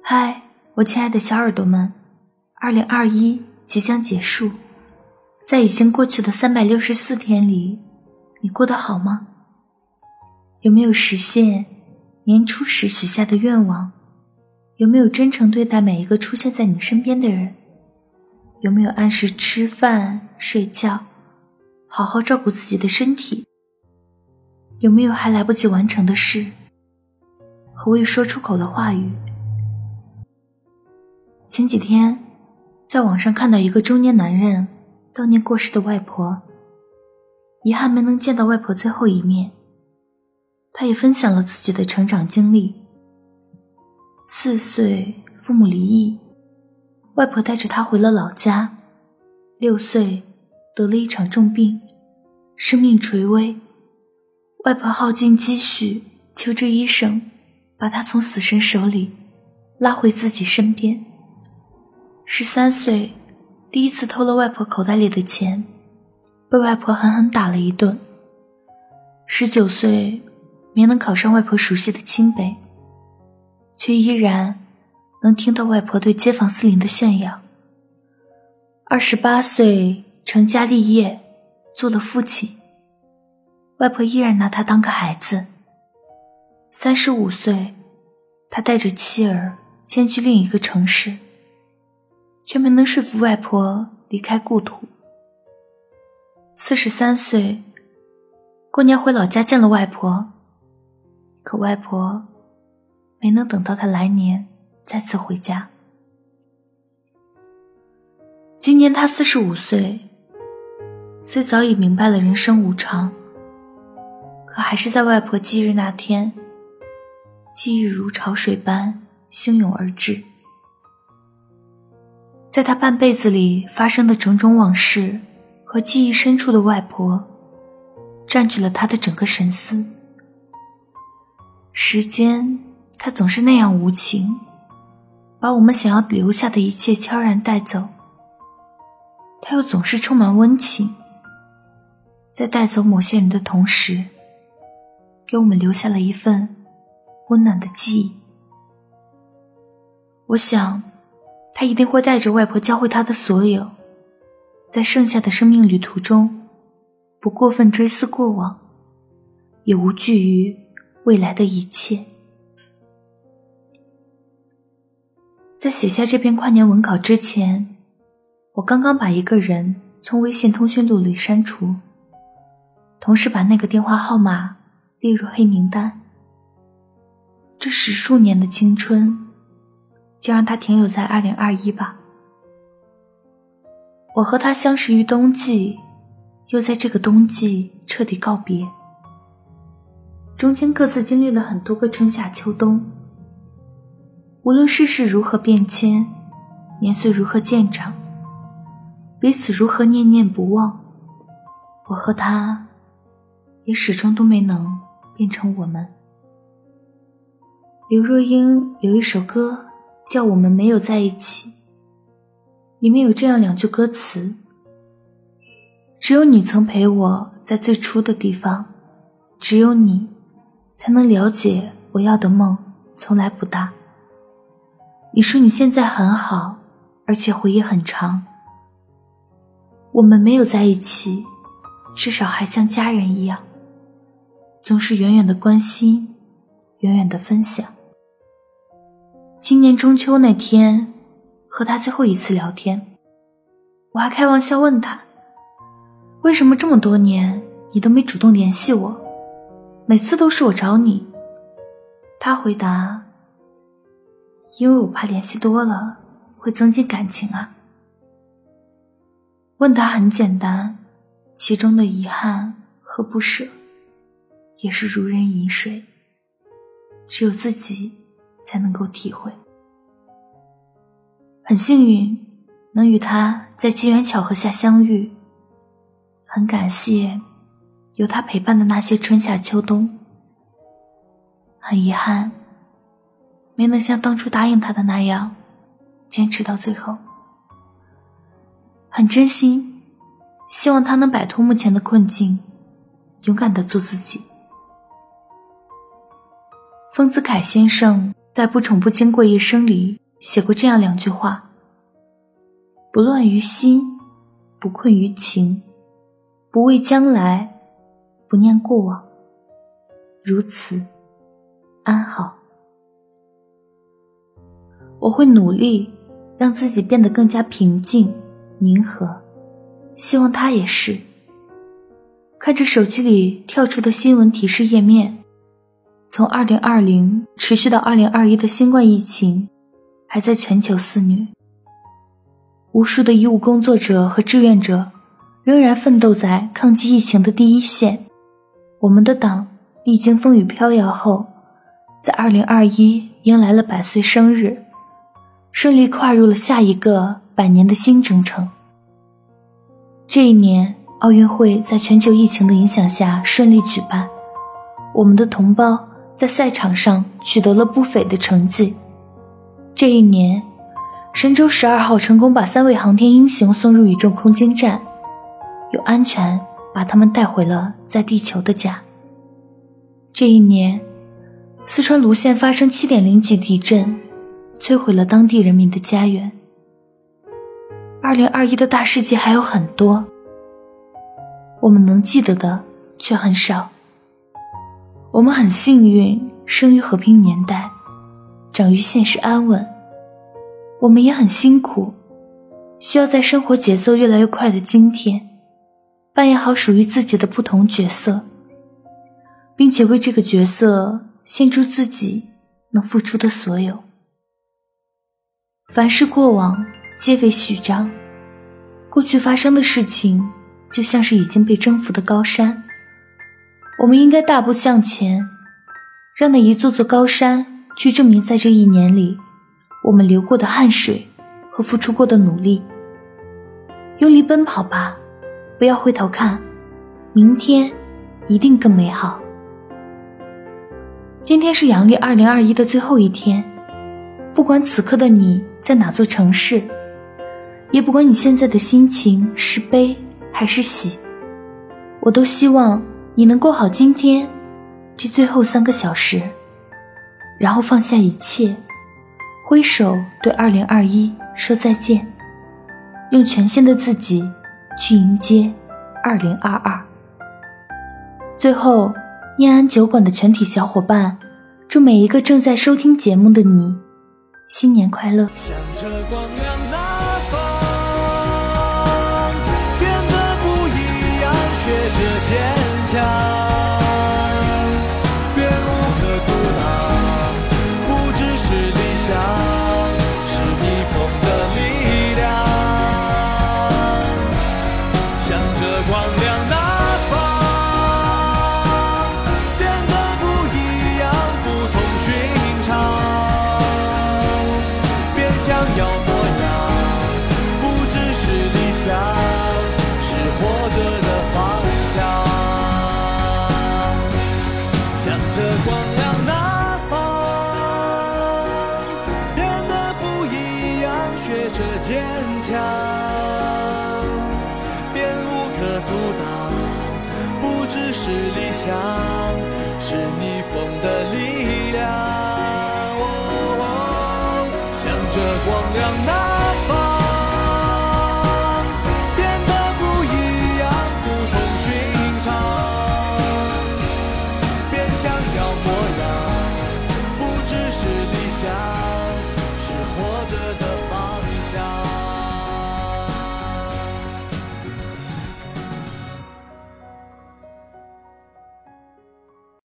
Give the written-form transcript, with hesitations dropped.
嗨，我亲爱的小耳朵们，2021即将结束，在已经过去的364天里，你过得好吗？有没有实现年初时许下的愿望？有没有真诚对待每一个出现在你身边的人？有没有按时吃饭、睡觉，好好照顾自己的身体？有没有还来不及完成的事和未说出口的话语？前几天在网上看到一个中年男人悼念过世的外婆，遗憾没能见到外婆最后一面。他也分享了自己的成长经历。4岁父母离异，外婆带着他回了老家。6岁得了一场重病，生命垂危，外婆耗尽积蓄求着医生把他从死神手里拉回自己身边。13岁第一次偷了外婆口袋里的钱，被外婆狠狠打了一顿。19岁没能考上外婆熟悉的清北，却依然能听到外婆对街坊四邻的炫耀。28岁成家立业，做了父亲，外婆依然拿他当个孩子。35岁他带着妻儿迁居另一个城市，却没能说服外婆离开故土。43岁过年回老家见了外婆，可外婆没能等到他来年再次回家。今年他45岁，虽早已明白了人生无常，可还是在外婆忌日那天，记忆如潮水般汹涌而至。在他半辈子里发生的种种往事和记忆深处的外婆，占据了他的整个神思。时间它总是那样无情，把我们想要留下的一切悄然带走，它又总是充满温情，在带走某些人的同时，给我们留下了一份温暖的记忆。我想他一定会带着外婆教会他的所有，在剩下的生命旅途中，不过分追思过往，也无惧于未来的一切。在写下这篇跨年文稿之前，我刚刚把一个人从微信通讯录里删除，同时把那个电话号码列入黑名单。这10数年的青春，就让它停留在2021吧。我和他相识于冬季，又在这个冬季彻底告别，中间各自经历了很多个春夏秋冬。无论世事如何变迁，年岁如何渐长，彼此如何念念不忘，我和他也始终都没能变成我们。刘若英有一首歌叫《我们没有在一起》，里面有这样2句歌词：只有你曾陪我在最初的地方，只有你才能了解我要的梦从来不大。你说你现在很好，而且回忆很长。我们没有在一起，至少还像家人一样，总是远远的关心，远远的分享。今年中秋那天，和他最后一次聊天，我还开玩笑问他，为什么这么多年你都没主动联系我，每次都是我找你？他回答，因为我怕联系多了会增进感情啊。问他很简单，其中的遗憾和不舍也是如人饮水，只有自己才能够体会。很幸运能与他在机缘巧合下相遇，很感谢有他陪伴的那些春夏秋冬。很遗憾没能像当初答应他的那样坚持到最后。很真心希望他能摆脱目前的困境，勇敢地做自己。丰子恺先生在在不宠不经过一生里写过这样2句话：不乱于心，不困于情，不畏将来，不念过往，如此安好。我会努力让自己变得更加平静宁和，希望他也是。看着手机里跳出的新闻提示页面，从2020持续到2021的新冠疫情还在全球肆虐，无数的医务工作者和志愿者仍然奋斗在抗击疫情的第一线。我们的党历经风雨飘摇后，在2021迎来了100岁生日，顺利跨入了下一个100年的新征程。这一年，奥运会在全球疫情的影响下顺利举办，我们的同胞在赛场上取得了不菲的成绩。这一年，神舟12号成功把3位航天英雄送入宇宙空间站，又安全把他们带回了在地球的家。这一年，四川泸县发生 7.0 级地震，摧毁了当地人民的家园。2021的大事记还有很多，我们能记得的却很少。我们很幸运生于和平年代，长于现实安稳。我们也很辛苦，需要在生活节奏越来越快的今天，扮演好属于自己的不同角色，并且为这个角色献出自己能付出的所有。凡是过往，皆为序章。过去发生的事情就像是已经被征服的高山，我们应该大步向前，让那一座座高山去证明在这一年里我们流过的汗水和付出过的努力。用力奔跑吧，不要回头看，明天一定更美好。今天是阳历2021的最后一天，不管此刻的你在哪座城市，也不管你现在的心情是悲还是喜，我都希望你能过好今天这最后3个小时，然后放下一切，挥手对2021说再见，用全新的自己去迎接2022。最后，念安酒馆的全体小伙伴，祝每一个正在收听节目的你新年快乐。 向着光亮那方，变得不一样，学着坚强，别无可阻挡，不只是理想，是逆风的力量。向着光亮那方，变得不一样，不同寻常，想要模样，不只是理想，是活着的方向。向着光亮那方，变得不一样，学着坚强，变无可阻挡，不只是理想，是逆风的力量。向着光亮那